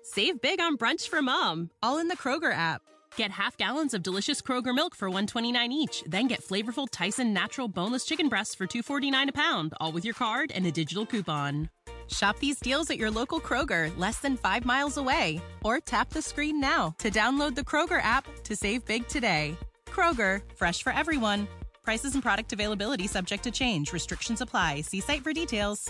Save big on brunch for mom, all in the Kroger app. Get half gallons of delicious Kroger milk for $1.29 each. Then get flavorful Tyson natural boneless chicken breasts for $2.49 a pound, all with your card and a digital coupon. Shop these deals at your local Kroger, less than 5 miles away. Or tap the screen now to download the Kroger app to save big today. Kroger, fresh for everyone. Prices and product availability subject to change. Restrictions apply. See site for details.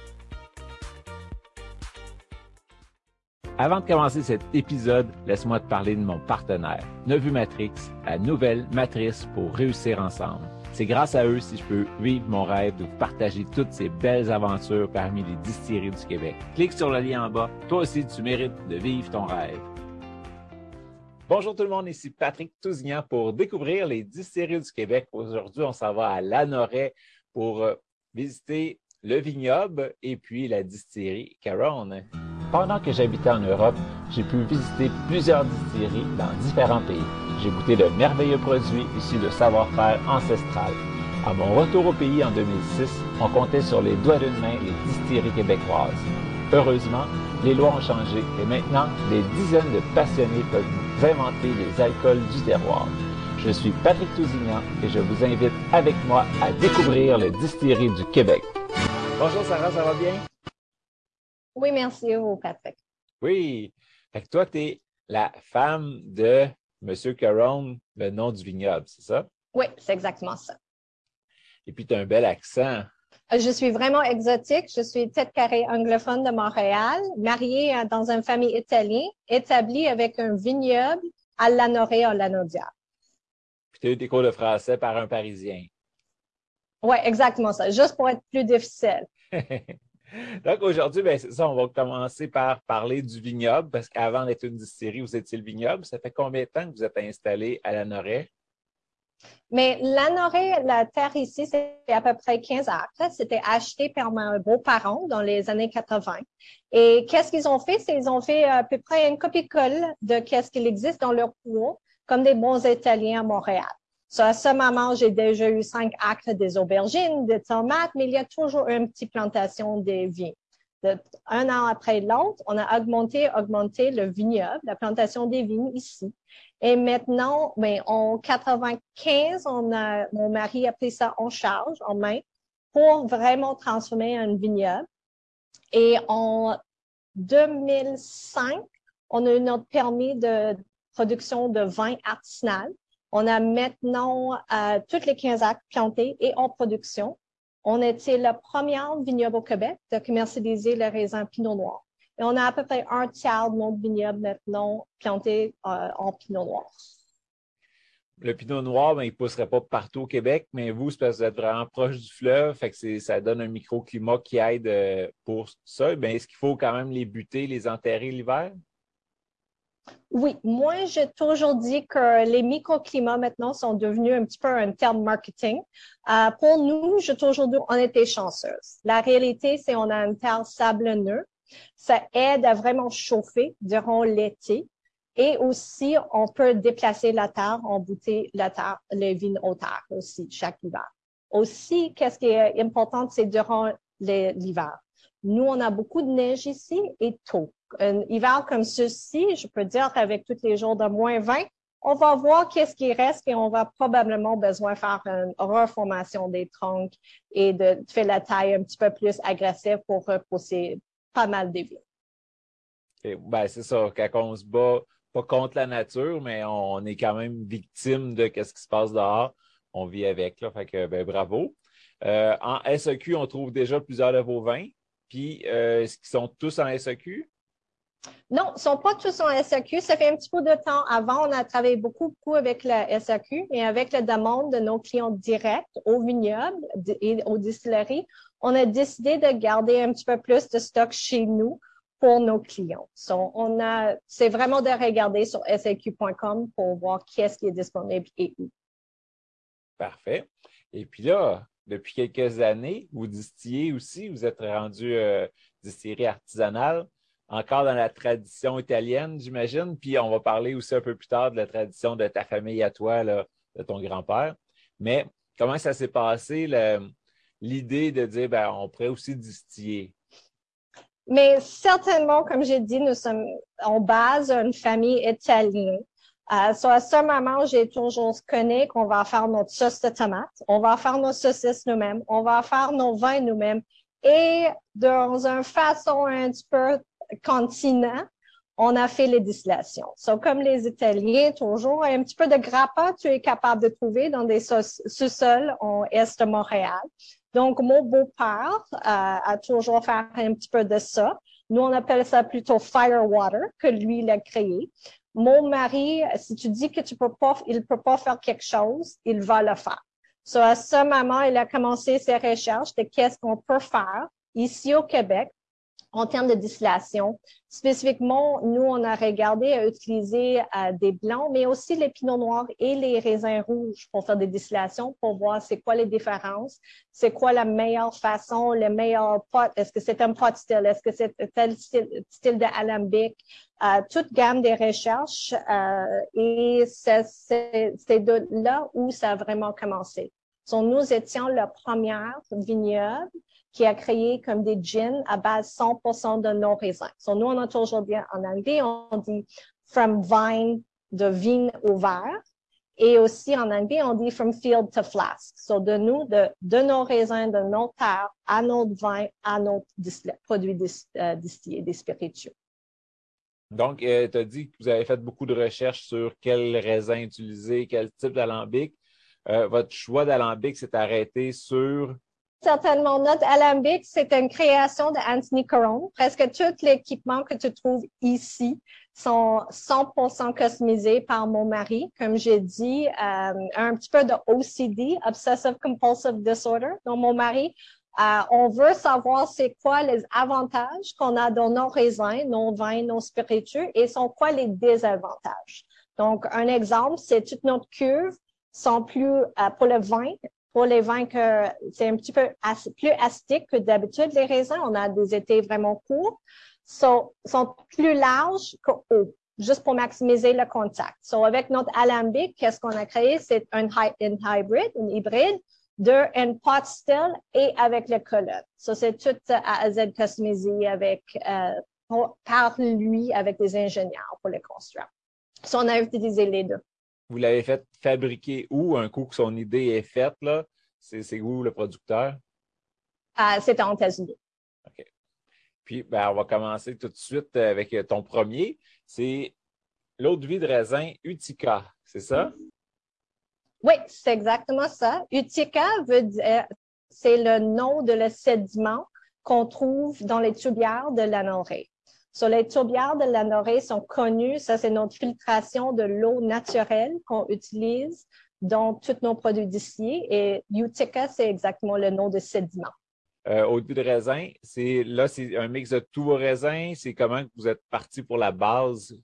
Avant de commencer cet épisode, laisse-moi te parler de mon partenaire, Nevu Matrix, la nouvelle matrice pour réussir ensemble. C'est grâce à eux si je peux vivre mon rêve de vous partager toutes ces belles aventures parmi les distilleries du Québec. Clique sur le lien en bas. Toi aussi, tu mérites de vivre ton rêve. Bonjour tout le monde, ici Patrick Tousignan pour découvrir les distilleries du Québec. Aujourd'hui, on s'en va à Lanoraie pour visiter le vignoble et puis la distillerie Caron. Pendant que j'habitais en Europe, j'ai pu visiter plusieurs distilleries dans différents pays. J'ai goûté de merveilleux produits issus de savoir-faire ancestral. À mon retour au pays en 2006, on comptait sur les doigts d'une main les distilleries québécoises. Heureusement, les lois ont changé et maintenant, des dizaines de passionnés peuvent inventer les alcools du terroir. Je suis Patrick Tousignan et je vous invite avec moi à découvrir les distilleries du Québec. Bonjour Sarah, ça va bien? Oui, merci Patrick. Oui. Fait que toi, tu es la femme de M. Caron, le nom du vignoble, c'est ça? Oui, c'est exactement ça. Et puis, tu as un bel accent. Je suis vraiment exotique. Je suis tête carrée anglophone de Montréal, mariée dans une famille italienne, établie avec un vignoble à Lanoraie, en Lanaudière. Puis, tu as eu tes cours de français par un Parisien. Oui, exactement ça. Juste pour être plus difficile. Donc, aujourd'hui, bien, c'est ça, on va commencer par parler du vignoble, parce qu'avant d'être une distillerie, vous étiez le vignoble. Ça fait combien de temps que vous êtes installé à Lanoraie? Mais Lanoraie, la terre ici, c'est à peu près 15 acres. C'était acheté par mes beaux-parents dans les années 80. Et qu'est-ce qu'ils ont fait? C'est qu'ils ont fait à peu près une copie-colle de qu'est-ce qu'il existe dans leur cours, comme des bons Italiens à Montréal. So, à ce moment, j'ai déjà eu 5 acres des aubergines, des tomates, mais il y a toujours une petite plantation des vignes. Un an après l'autre, on a augmenté le vignoble, la plantation des vignes ici. Et maintenant, ben, en 95, mon mari a pris ça en charge, en main, pour vraiment transformer un vignoble. Et en 2005, on a eu notre permis de production de vin artisanal. On a maintenant toutes les 15 acres plantés et en production. On était la première vignoble au Québec de commercialiser le raisin Pinot Noir. Et on a à peu près un tiers de notre vignoble maintenant planté en Pinot Noir. Le Pinot Noir, ben, il ne pousserait pas partout au Québec, mais vous, c'est parce que vous êtes vraiment proche du fleuve, fait que ça donne un microclimat qui aide pour ça. Ben, est-ce qu'il faut quand même les buter, les enterrer l'hiver? Oui, moi, j'ai toujours dit que les microclimats maintenant sont devenus un petit peu un terme marketing. Pour nous, j'ai toujours dit on était chanceuse. La réalité, c'est qu'on a une terre sablonneuse. Ça aide à vraiment chauffer durant l'été. Et aussi, on peut déplacer la terre, embouter la terre, les vignes aux terres aussi, chaque hiver. Aussi, qu'est-ce qui est important, c'est durant l'hiver. Nous, on a beaucoup de neige ici et tôt. Un hiver comme ceci, je peux dire qu'avec tous les jours de moins 20, on va voir qu'est-ce qui reste et on va probablement besoin de faire une reformation des troncs et de faire la taille un petit peu plus agressive pour repousser pas mal des vignes. Ben, c'est ça, quand on se bat, pas contre la nature, mais on est quand même victime de ce qui se passe dehors. On vit avec, là, fait que ben, bravo. En SEQ, on trouve déjà plusieurs de vos vins. Puis, est-ce qu'ils sont tous en SEQ? Non, ils ne sont pas tous en SAQ. Ça fait un petit peu de temps. Avant, on a travaillé beaucoup avec la SAQ, mais avec la demande de nos clients directs au vignoble et aux distilleries, on a décidé de garder un petit peu plus de stock chez nous pour nos clients. C'est vraiment de regarder sur SAQ.com pour voir qu'est-ce qui est disponible et où. Parfait. Et puis là, depuis quelques années, vous distillez aussi, vous êtes rendu distillerie artisanale, encore dans la tradition italienne, j'imagine. Puis on va parler aussi un peu plus tard de la tradition de ta famille à toi, là, de ton grand-père. Mais comment ça s'est passé, l'idée de dire, ben, on pourrait aussi distiller? Mais certainement, comme j'ai dit, nous sommes en base une famille italienne. À ce moment, j'ai toujours connu qu'on va faire notre sauce de tomate, on va faire nos saucisses nous-mêmes, on va faire nos vins nous-mêmes. Et dans une façon un petit peu continent, on a fait les distillations. Comme les Italiens, toujours un petit peu de grappa, tu es capable de trouver dans des sous-sols en Est de Montréal. Donc, mon beau-père a toujours fait un petit peu de ça. Nous, on appelle ça plutôt firewater, que lui, il a créé. Mon mari, si tu dis que il peut pas faire quelque chose, il va le faire. À ce moment, il a commencé ses recherches de qu'est-ce qu'on peut faire ici au Québec en termes de distillation. Spécifiquement, nous, on a regardé à utiliser des blancs, mais aussi les pinots noirs et les raisins rouges pour faire des distillations, pour voir c'est quoi les différences, c'est quoi la meilleure façon, le meilleur pot, est-ce que c'est un pot still, est-ce que c'est tel style de alambic, toute gamme des recherches, et c'est de là où ça a vraiment commencé. Nous étions la première vignoble qui a créé comme des gins à base 100% de nos raisins. Nous, on a toujours dit en anglais, on dit from vine, de vigne au verre. Et aussi en anglais, on dit from field to flask. De nous, de nos raisins, de nos terres, à notre vin, à nos produits distillés, des spiritueux. Donc, tu as dit que vous avez fait beaucoup de recherches sur quel raisin utiliser, quel type d'alambic. Votre choix d'alambic s'est arrêté sur... Certainement, notre alambic, c'est une création d'Anthony Caron. Presque tout l'équipement que tu trouves ici sont 100% customisés par mon mari. Comme j'ai dit, un petit peu de OCD, Obsessive Compulsive Disorder. Donc, mon mari, on veut savoir c'est quoi les avantages qu'on a dans nos raisins, nos vins, nos spiritueux et sont quoi les désavantages. Donc, un exemple, c'est toute notre cuve sont plus, pour le vin, pour les vins que c'est un petit peu plus acidique que d'habitude, les raisins, on a des étés vraiment courts, sont plus larges que hauts, juste pour maximiser le contact. Avec notre alambic, qu'est-ce qu'on a créé? C'est un hybride de pot still et avec le colonne. C'est tout A à Z customisé par lui, avec des ingénieurs pour le construire. On a utilisé les deux. Vous l'avez fait fabriquer où? Un coup que son idée est faite, là? C'est où le producteur? C'était en États-Unis. OK. Puis, on va commencer tout de suite avec ton premier. C'est l'eau-de-vie de raisin Utica, c'est ça? Oui, c'est exactement ça. Utica veut dire, c'est le nom de le sédiment qu'on trouve dans les tourbières de l'Anorée. Les tourbières de l'Anorée sont connues, ça c'est notre filtration de l'eau naturelle qu'on utilise dans tous nos produits distillés et Utica, c'est exactement le nom de sédiment. Eau-de-vie de raisin, c'est un mix de tous vos raisins. C'est comment que vous êtes parti pour la base?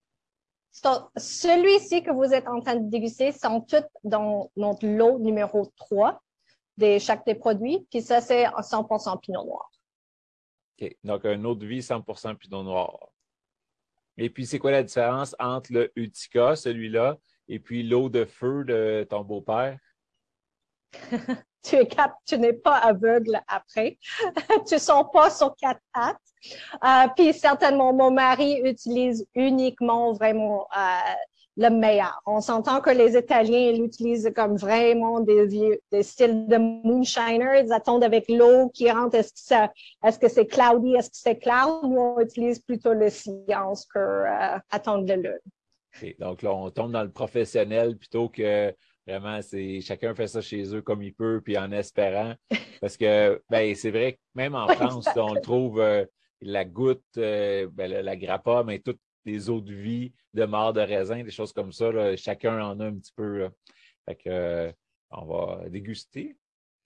Celui-ci que vous êtes en train de déguster sont tous dans notre lot numéro 3 de chaque des produits. Puis ça, c'est 100% Pinot Noir. OK. Donc, un eau-de-vie 100% Pinot Noir. Et puis, c'est quoi la différence entre le Utica, celui-là, et puis l'eau de feu de ton beau-père? Tu n'es pas aveugle après. Tu ne sors pas sur 4 pattes. Puis certainement, mon mari utilise uniquement vraiment le meilleur. On s'entend que les Italiens, ils utilisent comme vraiment des styles de moonshiner. Ils attendent avec l'eau qui rentre. Est-ce que c'est cloudy? Est-ce que c'est cloud? Nous, on utilise plutôt le science que attendre le lune. Okay. Donc là, on tombe dans le professionnel plutôt que vraiment, chacun fait ça chez eux comme il peut, puis en espérant. Parce que c'est vrai que même en France, là, on le trouve la goutte, la grappa, mais toutes les eaux de vie, de mort de raisin, des choses comme ça. Là, chacun en a un petit peu. Là. Fait que on va déguster.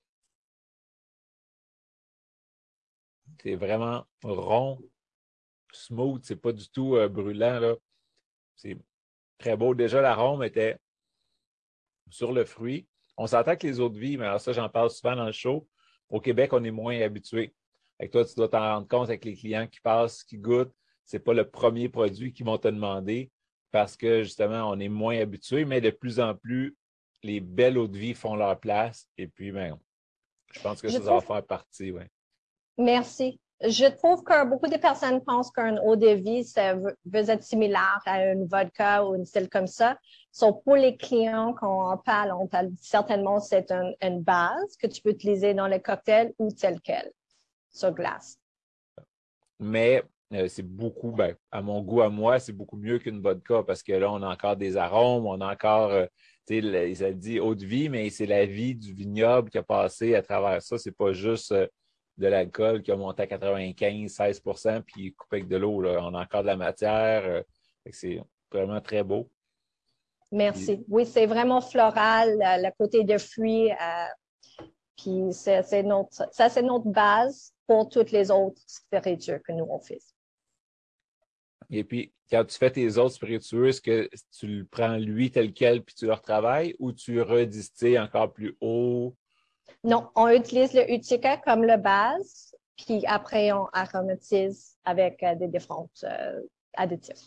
C'est vraiment rond, smooth, c'est pas du tout brûlant. Là. C'est très beau. Déjà, l'arôme était sur le fruit. On s'entend que les eaux de vie, mais alors ça, j'en parle souvent dans le show. Au Québec, on est moins habitué. Avec toi, tu dois t'en rendre compte avec les clients qui passent, qui goûtent. C'est pas le premier produit qu'ils vont te demander parce que justement, on est moins habitué, mais de plus en plus, les belles eaux de vie font leur place. Et puis, je pense que ça va faire partie. Ouais. Merci. Je trouve que beaucoup de personnes pensent qu'un eau de vie, ça veut être similaire à une vodka ou une style comme ça. So, pour les clients, quand on parle certainement, c'est une base que tu peux utiliser dans le cocktail ou tel quel, sur glace. Mais c'est beaucoup, ben, à mon goût, à moi, c'est beaucoup mieux qu'une vodka parce que là, on a encore des arômes, on a encore, tu sais, ça dit eau de vie, mais c'est la vie du vignoble qui a passé à travers ça. C'est pas juste de l'alcool qui a monté à 95-16 puis coupé avec de l'eau, là. On a encore de la matière. Fait que c'est vraiment très beau. Merci. Oui, c'est vraiment floral, le côté de fruits. Puis c'est notre base pour toutes les autres spiritueux que nous on fait. Et puis, quand tu fais tes autres spiritueux, est-ce que tu le prends lui tel quel puis tu le retravailles ou tu redistilles encore plus haut? Non, on utilise le Utica comme la base, puis après on aromatise avec des différents additifs.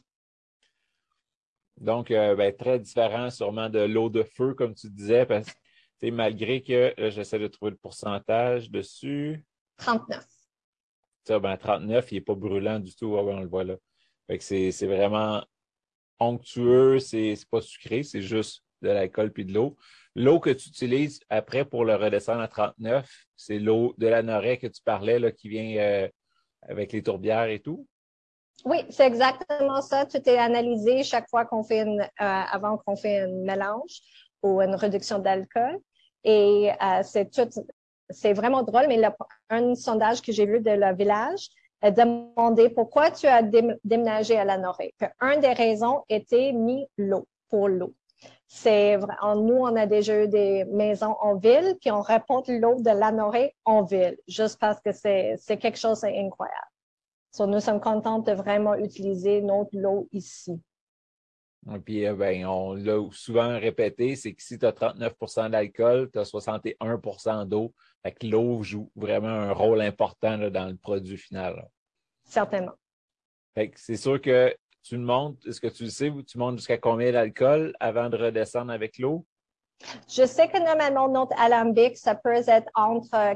Donc, ben, très différent sûrement de l'eau de feu, comme tu disais, parce que malgré que j'essaie de trouver le pourcentage dessus. 39. Ça, ben, 39, il n'est pas brûlant du tout. Ah, ouais, on le voit là. Fait que c'est vraiment onctueux, c'est pas sucré, c'est juste de l'alcool puis de l'eau. L'eau que tu utilises après pour le redescendre à 39, c'est l'eau de la Noret que tu parlais, là, qui vient avec les tourbières et tout. Oui, c'est exactement ça. Tout est analysé chaque fois qu'on fait avant qu'on fait un mélange ou une réduction d'alcool. Et c'est vraiment drôle, mais un sondage que j'ai vu de le village a demandé pourquoi tu as déménagé à la Norée. Une des raisons était l'eau, pour l'eau. Nous, on a déjà eu des maisons en ville, puis on rapporte l'eau de la Norée en ville, juste parce que c'est quelque chose d'incroyable. So, nous sommes contents de vraiment utiliser notre eau ici. Et puis, ben, on l'a souvent répété, c'est que si tu as 39 d'alcool, tu as 61 d'eau. Fait que l'eau joue vraiment un rôle important là, dans le produit final. Là. Certainement. Fait que c'est sûr que tu le montes, est-ce que tu le sais, tu montes jusqu'à combien d'alcool avant de redescendre avec l'eau? Je sais que normalement, notre alambic, ça peut être entre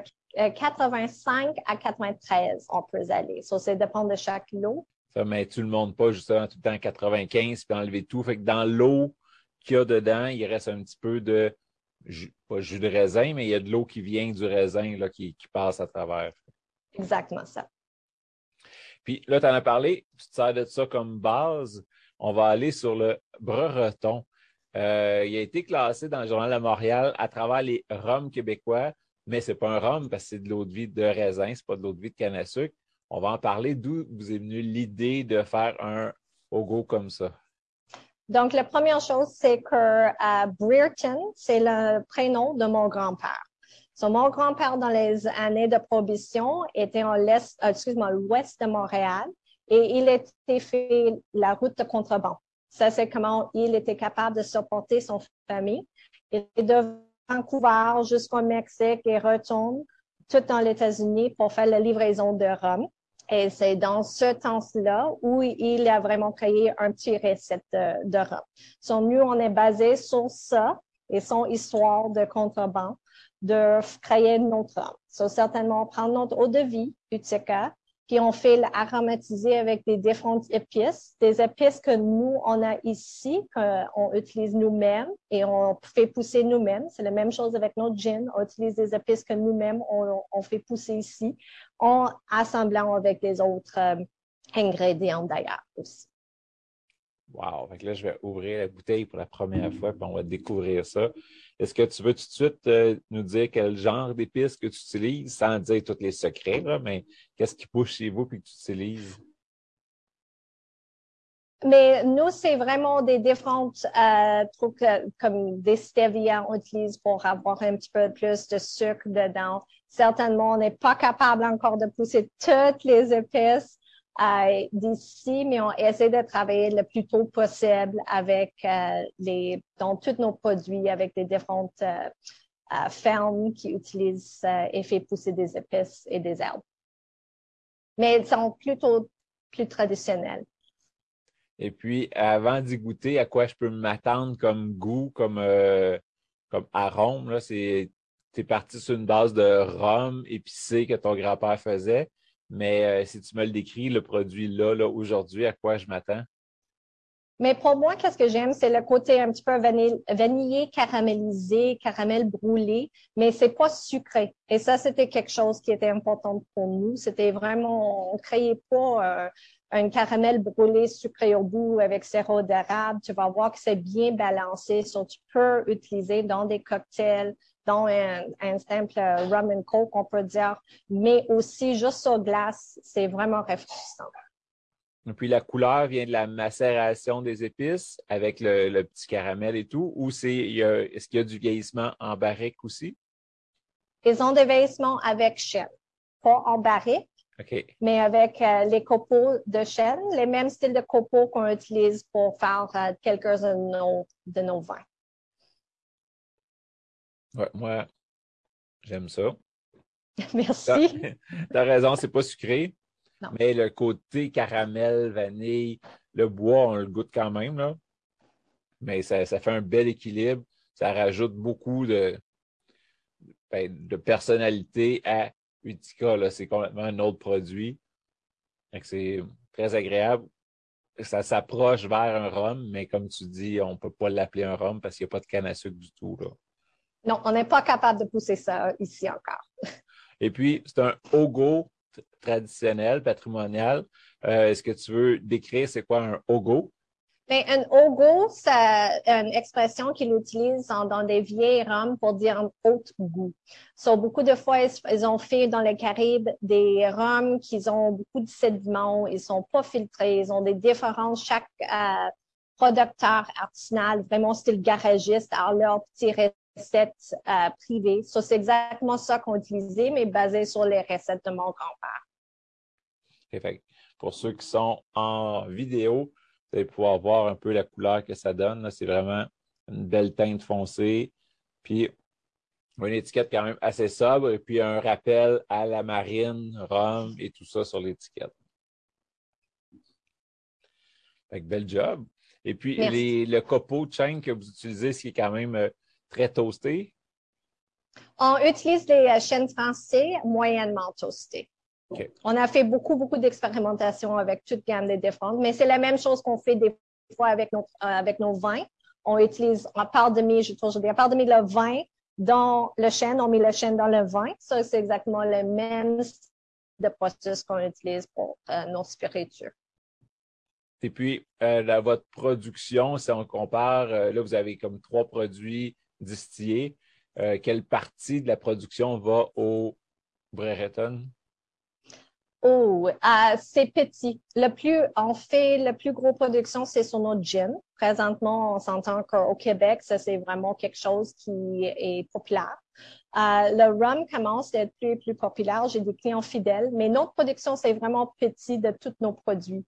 85 à 93, on peut aller. Ça dépend de chaque lot. Ça, mais tu le montes pas justement tout le temps à 95 puis enlever tout. Fait que dans l'eau qu'il y a dedans, il reste un petit peu de, pas jus de raisin, mais il y a de l'eau qui vient du raisin là, qui passe à travers. Exactement ça. Puis là, tu en as parlé, tu te sers de ça comme base. On va aller sur le breton. Il a été classé dans le Journal de Montréal à travers les rhums québécois, mais ce n'est pas un rhum parce que c'est de l'eau de vie de raisin, ce n'est pas de l'eau de vie de canne à sucre. On va en parler. D'où vous est venue l'idée de faire un Ogo comme ça? Donc, la première chose, c'est que Brereton, c'est le prénom de mon grand-père. So, mon grand-père, dans les années de prohibition, était l'ouest de Montréal et il était fait la route de contrebande. Ça, c'est comment il était capable de supporter son famille. Il est de Vancouver jusqu'au Mexique et retourne tout dans les États-Unis pour faire la livraison de rhum. Et c'est dans ce temps-là où il a vraiment créé un petit recette de rhum. So, nous, on est basé sur ça et son histoire de contrebande de créer notre rhum. So, certainement, prendre notre eau de vie, Utica, puis on fait l'aromatiser avec des différentes épices, des épices que nous, on a ici, qu'on utilise nous-mêmes et on fait pousser nous-mêmes. C'est la même chose avec notre gin. On utilise des épices que nous-mêmes, on fait pousser ici, en assemblant avec des autres ingrédients d'ailleurs aussi. Wow! Fait que là, je vais ouvrir la bouteille pour la première fois, puis on va découvrir ça. Est-ce que tu veux tout de suite nous dire quel genre d'épices que tu utilises, sans dire tous les secrets, là, mais qu'est-ce qui pousse chez vous et que tu utilises? Mais nous, c'est vraiment des différentes trucs comme des stevia on utilise pour avoir un petit peu plus de sucre dedans. Certainement, on n'est pas capable encore de pousser toutes les épices d'ici, mais on essaie de travailler le plus tôt possible avec dans tous nos produits, avec des différentes fermes qui utilisent et fait pousser des épices et des herbes. Mais elles sont plutôt plus traditionnelles. Et puis, avant d'y goûter, à quoi je peux m'attendre comme goût, comme arôme, là, t'es parti sur une base de rhum épicé que ton grand-père faisait. Mais si tu me le décris, le produit là, aujourd'hui, à quoi je m'attends? Mais pour moi, qu'est-ce que j'aime, c'est le côté un petit peu vanillé, caramélisé, caramel brûlé, mais c'est pas sucré. Et ça, c'était quelque chose qui était important pour nous. C'était vraiment, on créait pas un caramel brûlé sucré au bout avec sirop d'érable. Tu vas voir que c'est bien balancé. So, tu peux utiliser dans des cocktails, dans un simple rum and coke, on peut dire, mais aussi juste sur glace, c'est vraiment rafraîchissant. Et puis la couleur vient de la macération des épices avec le petit caramel et tout, ou est-ce qu'il y a du vieillissement en barrique aussi? Ils ont des vieillissements avec chêne, pas en barrique, OK. mais avec les copeaux de chêne, les mêmes styles de copeaux qu'on utilise pour faire quelques de nos vins. Ouais, moi, j'aime ça. Merci. T'as raison, c'est pas sucré, Non. mais le côté caramel, vanille, le bois, on le goûte quand même, là. Mais ça fait un bel équilibre. Ça rajoute beaucoup de personnalité à Utica, là. C'est complètement un autre produit. C'est très agréable. Ça s'approche vers un rhum, mais comme tu dis, on ne peut pas l'appeler un rhum parce qu'il n'y a pas de canne à sucre du tout, là. Non, on n'est pas capable de pousser ça ici encore. Et puis, c'est un Ogo traditionnel, patrimonial. Est-ce que tu veux décrire c'est quoi un Ogo? Mais un ogo, c'est une expression qu'ils utilisent dans des vieilles rhums pour dire un haut goût. So, beaucoup de fois, ils ont fait dans les Caraïbes des rhums qui ont beaucoup de sédiments, ils sont pas filtrés, ils ont des différences. Chaque producteur artisanal, vraiment style garagiste, a leur petite recette privée. So, c'est exactement ça qu'on utilisait, mais basé sur les recettes de mon grand-père. Fait, pour ceux qui sont en vidéo, vous allez pouvoir voir un peu la couleur que ça donne. C'est vraiment une belle teinte foncée. Puis, une étiquette quand même assez sobre. Et puis, un rappel à la marine, rhum et tout ça sur l'étiquette. Fait que bel job. Et puis, le copeau de chêne que vous utilisez, c'est quand même très toasté. On utilise des chênes français moyennement toastés. Okay. On a fait beaucoup d'expérimentations avec toute gamme de différentes, mais c'est la même chose qu'on fait des fois avec nos vins. On utilise, à part de le vin dans le chêne, on met le chêne dans le vin. Ça, c'est exactement le même de processus qu'on utilise pour nos spiritueux. Et puis, votre production, si on compare, là, vous avez comme 3 produits distillés. Quelle partie de la production va au Brereton? Oh, c'est petit. La plus grosse production, c'est sur notre gin. Présentement, on s'entend qu'au Québec, ça, c'est vraiment quelque chose qui est populaire. Le rhum commence à être plus et plus populaire. J'ai des clients fidèles, mais notre production, c'est vraiment petit de tous nos produits.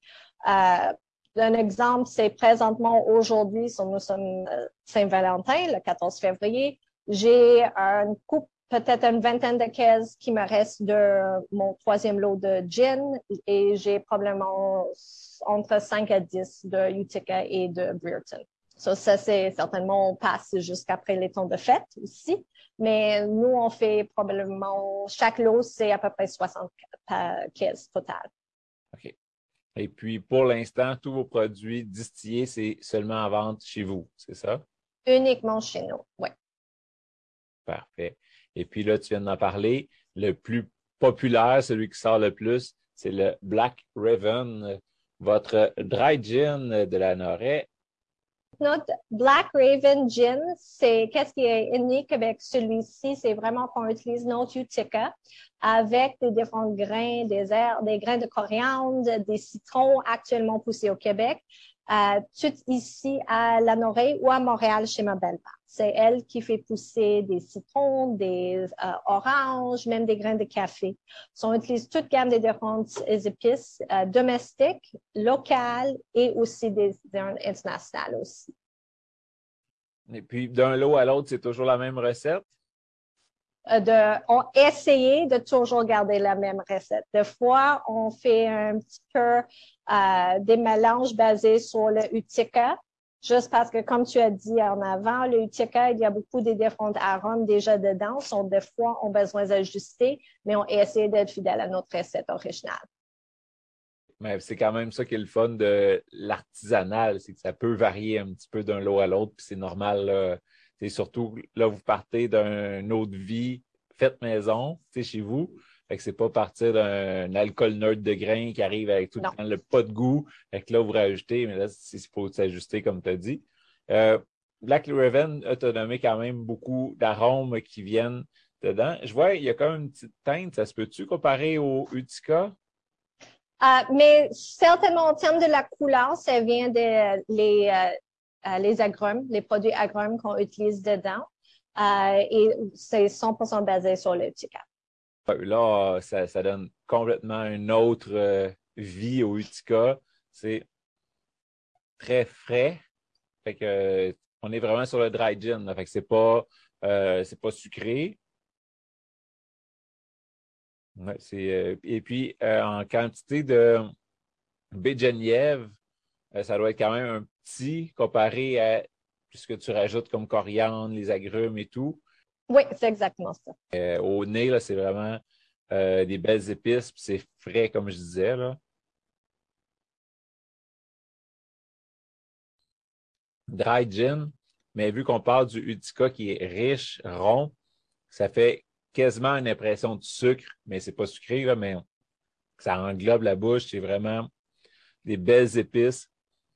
Un exemple, c'est présentement aujourd'hui, nous sommes Saint-Valentin, le 14 février. J'ai une coupe peut-être une vingtaine de caisses qui me restent de mon 3e lot de gin et j'ai probablement entre 5 à 10 de Utica et de Brereton. So, ça, c'est certainement, on passe jusqu'après les temps de fête aussi, mais nous, on fait probablement, chaque lot, c'est à peu près 60 caisses totales. OK. Et puis, pour l'instant, tous vos produits distillés, c'est seulement à vente chez vous, c'est ça? Uniquement chez nous, oui. Parfait. Et puis là, tu viens d'en parler. Le plus populaire, celui qui sort le plus, c'est le Black Raven, votre dry gin de la Noret. Notre Black Raven Gin, c'est qu'est-ce qui est unique avec celui-ci, c'est vraiment qu'on utilise notre Utica avec des différents grains, des herbes, des grains de coriandre, des citrons actuellement poussés au Québec, tout ici à la Noret ou à Montréal chez ma belle-mère. C'est elle qui fait pousser des citrons, des oranges, même des grains de café. On utilise toute gamme de différentes épices domestiques, locales et aussi des internationales aussi. Et puis, d'un lot à l'autre, c'est toujours la même recette? On essaye de toujours garder la même recette. Des fois, on fait un petit peu des mélanges basés sur le Utica Juste parce que, comme tu as dit en avant, le Utica, il y a beaucoup de différents arômes déjà dedans. Sont des fois, ont besoin d'ajuster, mais on essaie d'être fidèle à notre recette originale. Mais c'est quand même ça qui est le fun de l'artisanal, c'est que ça peut varier un petit peu d'un lot à l'autre, puis c'est normal, là. C'est surtout, là, vous partez d'une autre vie faite maison, chez vous. Fait que c'est pas partir d'un alcool neutre de grain qui arrive avec tout le temps le pas de goût. Fait que là, vous rajoutez, mais là, il faut s'ajuster, comme tu as dit. Black Raven a nommé quand même beaucoup d'arômes qui viennent dedans. Je vois, il y a quand même une petite teinte. Ça se peut-tu comparer au Utica? Mais certainement, en termes de la couleur, ça vient les agrumes, les produits agrumes qu'on utilise dedans. Et c'est 100% basé sur le Utica. Là, ça donne complètement une autre vie au Utica. C'est très frais. Fait que on est vraiment sur le dry gin. Là. Fait que c'est pas sucré. Ouais, et puis, en quantité de baie de Genièvre, ça doit être quand même un petit comparé à ce que tu rajoutes comme coriandre, les agrumes et tout. Oui, c'est exactement ça. Au nez, là, c'est vraiment des belles épices, puis c'est frais, comme je disais, là. Dry gin, mais vu qu'on parle du Utica qui est riche, rond, ça fait quasiment une impression de sucre, mais c'est pas sucré, là, mais ça englobe la bouche. C'est vraiment des belles épices.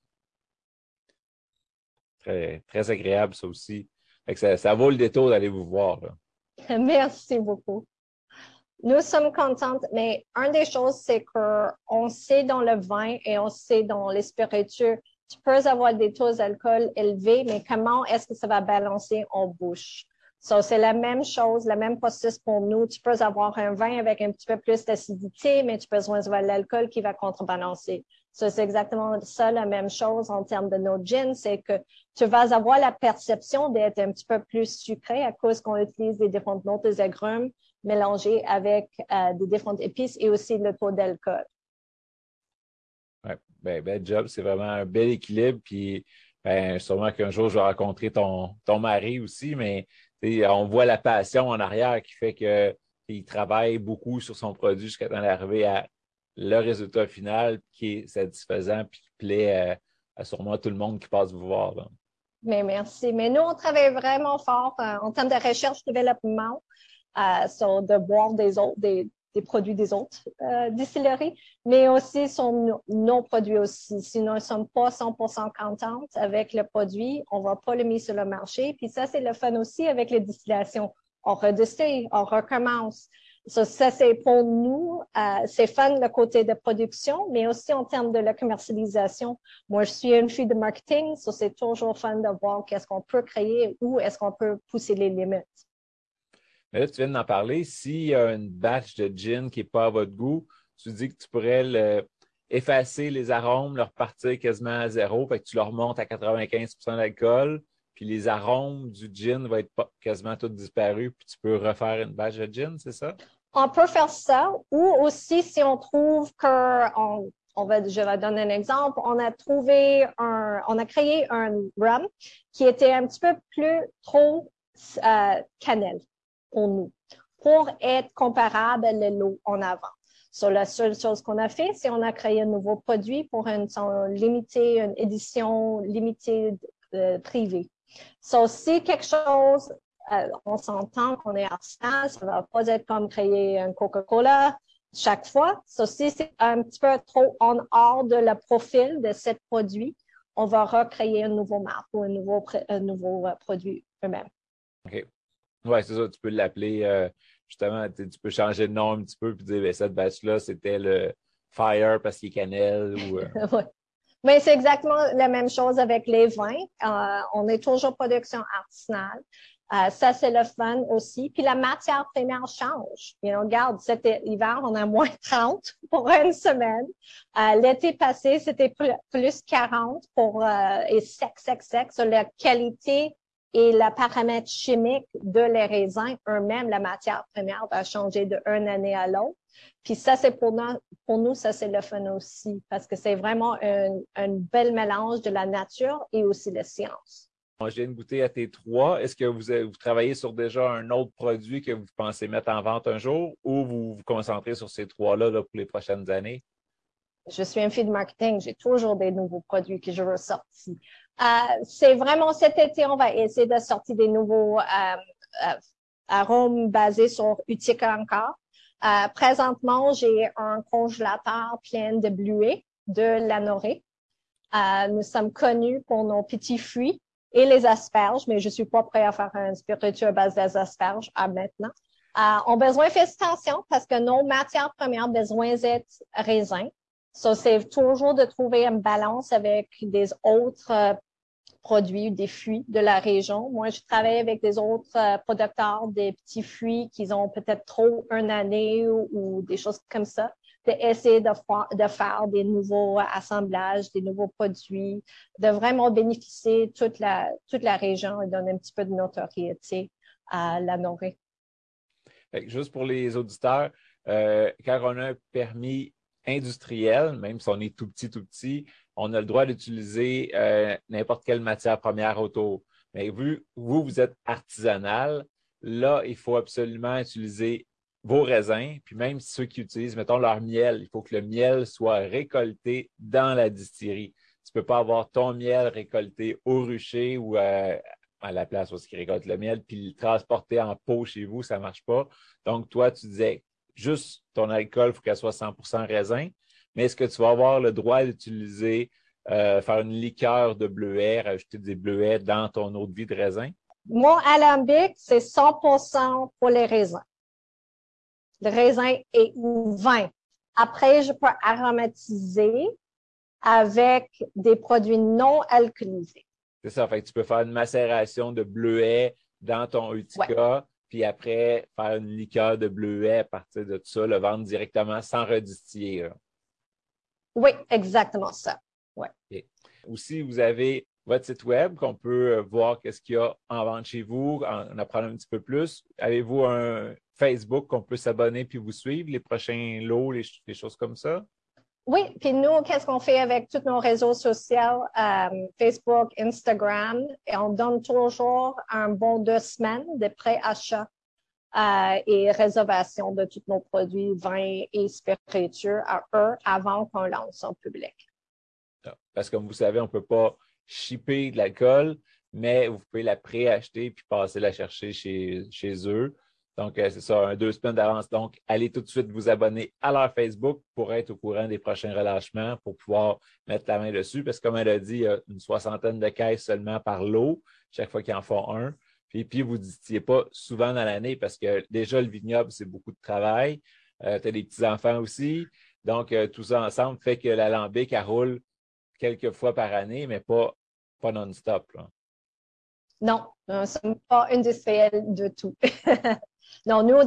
Très, très agréable, ça aussi. Fait que ça vaut le détour d'aller vous voir, là. Merci beaucoup. Nous sommes contentes, mais une des choses, c'est qu'on sait dans le vin et on sait dans les spiritueux, tu peux avoir des taux d'alcool élevés, mais comment est-ce que ça va balancer en bouche? So, c'est la même chose, le même processus pour nous. Tu peux avoir un vin avec un petit peu plus d'acidité, mais tu peux avoir de l'alcool qui va contrebalancer. So, c'est exactement ça, la même chose en termes de nos gins, c'est que tu vas avoir la perception d'être un petit peu plus sucré à cause qu'on utilise des différentes notes des agrumes mélangées avec des différentes épices et aussi le taux d'alcool. Ouais, bel job. C'est vraiment un bel équilibre. Puis, sûrement qu'un jour, je vais rencontrer ton mari aussi, mais on voit la passion en arrière qui fait qu'il travaille beaucoup sur son produit jusqu'à temps d'arriver à le résultat final qui est satisfaisant puis qui plaît à sûrement tout le monde qui passe vous voir, là. Mais merci. Mais nous, on travaille vraiment fort en termes de recherche-développement sur de boire des produits des autres distilleries, mais aussi sur nos produits aussi. Si nous ne sommes pas 100% contentes avec le produit, on ne va pas le mettre sur le marché. Puis ça, c'est le fun aussi avec les distillations. On redistille, on recommence. Ça, c'est pour nous, c'est fun le côté de production, mais aussi en termes de la commercialisation. Moi, je suis une fille de marketing, ça c'est toujours fun de voir qu'est-ce qu'on peut créer, où est-ce qu'on peut pousser les limites. Mais là, tu viens d'en parler. S'il y a une batch de gin qui n'est pas à votre goût, tu dis que tu pourrais effacer les arômes, leur partir quasiment à zéro, fait que tu leur montes à 95% d'alcool, puis les arômes du gin vont être quasiment tous disparus, puis tu peux refaire une batch de gin, c'est ça? On peut faire ça, ou aussi si on trouve je vais donner un exemple, on a créé un rum qui était un petit peu plus trop cannelle pour nous, pour être comparable à l'eau en avant. So, la seule chose qu'on a fait, c'est qu'on a créé un nouveau produit pour une édition limitée privée. So, si quelque chose, on s'entend qu'on est artisanal, ça va pas être comme créer un Coca-Cola chaque fois. So, si c'est un petit peu trop en hors de le profil de ce produit, on va recréer un nouveau marque ou un nouveau produit eux-mêmes. OK. Oui, c'est ça. Tu peux l'appeler, justement, tu peux changer de nom un petit peu puis dire, ben, cette batch-là, c'était le Fire parce qu'il est cannelle. Oui. Mais c'est exactement la même chose avec les vins. On est toujours production artisanale. Ça, c'est le fun aussi. Puis la matière première change. Regarde, c'était l'hiver, on a moins 30 pour une semaine. L'été passé, c'était plus 40 et sec. Sur la qualité et la paramètre chimique de les raisins eux-mêmes, la matière première va changer d'une année à l'autre. Puis ça, c'est pour nous, ça, c'est le fun aussi, parce que c'est vraiment un bel mélange de la nature et aussi la science. Je viens de goûter à tes trois. Est-ce que vous travaillez sur déjà un autre produit que vous pensez mettre en vente un jour ou vous vous concentrez sur ces trois-là là, pour les prochaines années? Je suis une fille de marketing, j'ai toujours des nouveaux produits que je veux sortir. C'est vraiment cet été, on va essayer de sortir des nouveaux arômes basés sur Utica encore. Présentement, j'ai un congélateur plein de bleuets de l'Anoré. Nous sommes connus pour nos petits fruits et les asperges, mais je suis pas prêt à faire un spiritueux à base des asperges maintenant. On a besoin de faire attention parce que nos matières premières ont besoin d'être raisins. So, c'est toujours de trouver une balance avec des autres produits, des fruits de la région. Moi, je travaille avec des autres producteurs des petits fruits qui ont peut-être trop une année ou des choses comme ça, d'essayer de faire des nouveaux assemblages, des nouveaux produits, de vraiment bénéficier toute la région et donner un petit peu de notoriété à la Norée. Juste pour les auditeurs, quand on a un permis industriel, même si on est tout petit, on a le droit d'utiliser n'importe quelle matière première autour. Mais vu vous êtes artisanal, là, il faut absolument utiliser vos raisins, puis même ceux qui utilisent, mettons, leur miel, il faut que le miel soit récolté dans la distillerie. Tu ne peux pas avoir ton miel récolté au rucher ou à la place où ils récoltent le miel, puis le transporter en pot chez vous, ça ne marche pas. Donc, toi, tu disais, juste ton alcool, il faut qu'elle soit 100% raisin, mais est-ce que tu vas avoir le droit d'utiliser, faire une liqueur de bleuets, rajouter des bleuets dans ton eau de vie de raisin? Mon alambic, c'est 100% pour les raisins. Le raisin et vin. Après, je peux aromatiser avec des produits non alcoolisés. C'est ça, fait que tu peux faire une macération de bleuets dans ton Utica, puis après faire une liqueur de bleuets à partir de tout ça, le vendre directement sans redistiller. Là. Oui, exactement ça. Ouais. Okay. Aussi, vous avez votre site web qu'on peut voir qu'est-ce qu'il y a en vente chez vous, en apprendre un petit peu plus. Avez-vous un Facebook qu'on peut s'abonner puis vous suivre, les prochains lots, les choses comme ça? Oui, puis nous, qu'est-ce qu'on fait avec tous nos réseaux sociaux, Facebook, Instagram, et on donne toujours un bon 2 semaines de pré-achat et réservation de tous nos produits vins et spiritueux à eux avant qu'on lance en public. Parce que comme vous savez, on ne peut pas shipper de l'alcool, mais vous pouvez la pré-acheter puis passer la chercher chez eux. Donc, c'est ça, 2 semaines d'avance. Donc, allez tout de suite vous abonner à leur Facebook pour être au courant des prochains relâchements, pour pouvoir mettre la main dessus. Parce que, comme elle a dit, il y a une 60aine de caisses seulement par lot, chaque fois qu'ils en font un. Puis vous ne distillez pas souvent dans l'année parce que déjà, le vignoble, c'est beaucoup de travail. Tu as des petits-enfants aussi. Donc, tout ça ensemble fait que l'alambic, elle roule quelques fois par année, mais pas non-stop. Là. Non, nous ne sommes pas industriels du tout. Non, nous,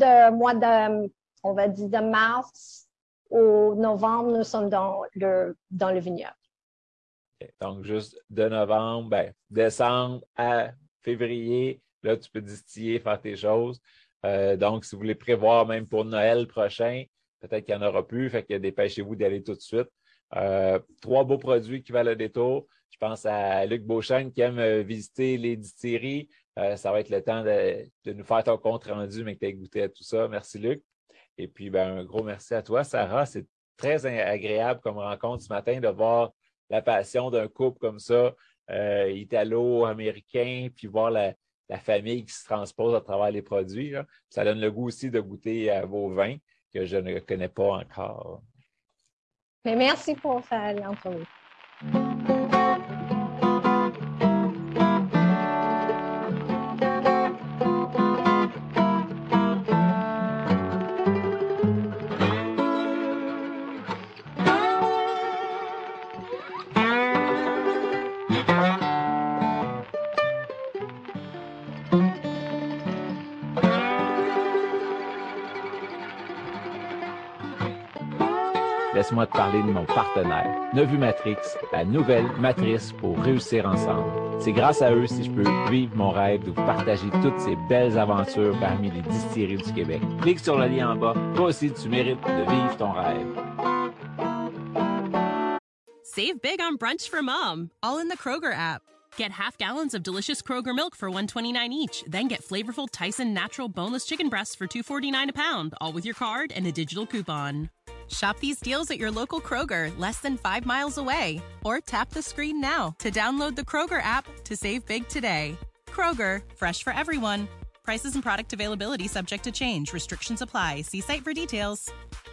on va dire de mars au novembre, nous sommes dans le vignoble. Okay. Donc, juste de novembre, décembre à février, là, tu peux distiller, faire tes choses. Donc, si vous voulez prévoir même pour Noël prochain, peut-être qu'il n'y en aura plus, fait que dépêchez-vous d'y aller tout de suite. 3 beaux produits qui valent le détour. Je pense à Luc Beauchesne qui aime visiter les distilleries. Ça va être le temps de nous faire ton compte rendu, mais que tu aies goûté à tout ça. Merci, Luc. Et puis, un gros merci à toi, Sarah. C'est très agréable comme rencontre ce matin de voir la passion d'un couple comme ça, italo-américain, puis voir la famille qui se transpose à travers les produits. Là. Ça donne le goût aussi de goûter à vos vins que je ne connais pas encore. Mais merci pour l'entrevue. laisse-moi te parler de mon partenaire. Nevu Matrix, la nouvelle matrice pour réussir ensemble. C'est grâce à eux si je peux vivre mon rêve de vous partager toutes ces belles aventures parmi les distilleries du Québec. Clique sur le lien en bas. Toi aussi, tu mérites de vivre ton rêve. Save big on brunch for mom, all in the Kroger app. Get half gallons of delicious Kroger milk for $1.29 each. Then get flavorful Tyson natural boneless chicken breasts for $2.49 a pound, all with your card and a digital coupon. Shop these deals at your local Kroger, less than 5 miles away. Or tap the screen now to download the Kroger app to save big today. Kroger, fresh for everyone. Prices and product availability subject to change. Restrictions apply. See site for details.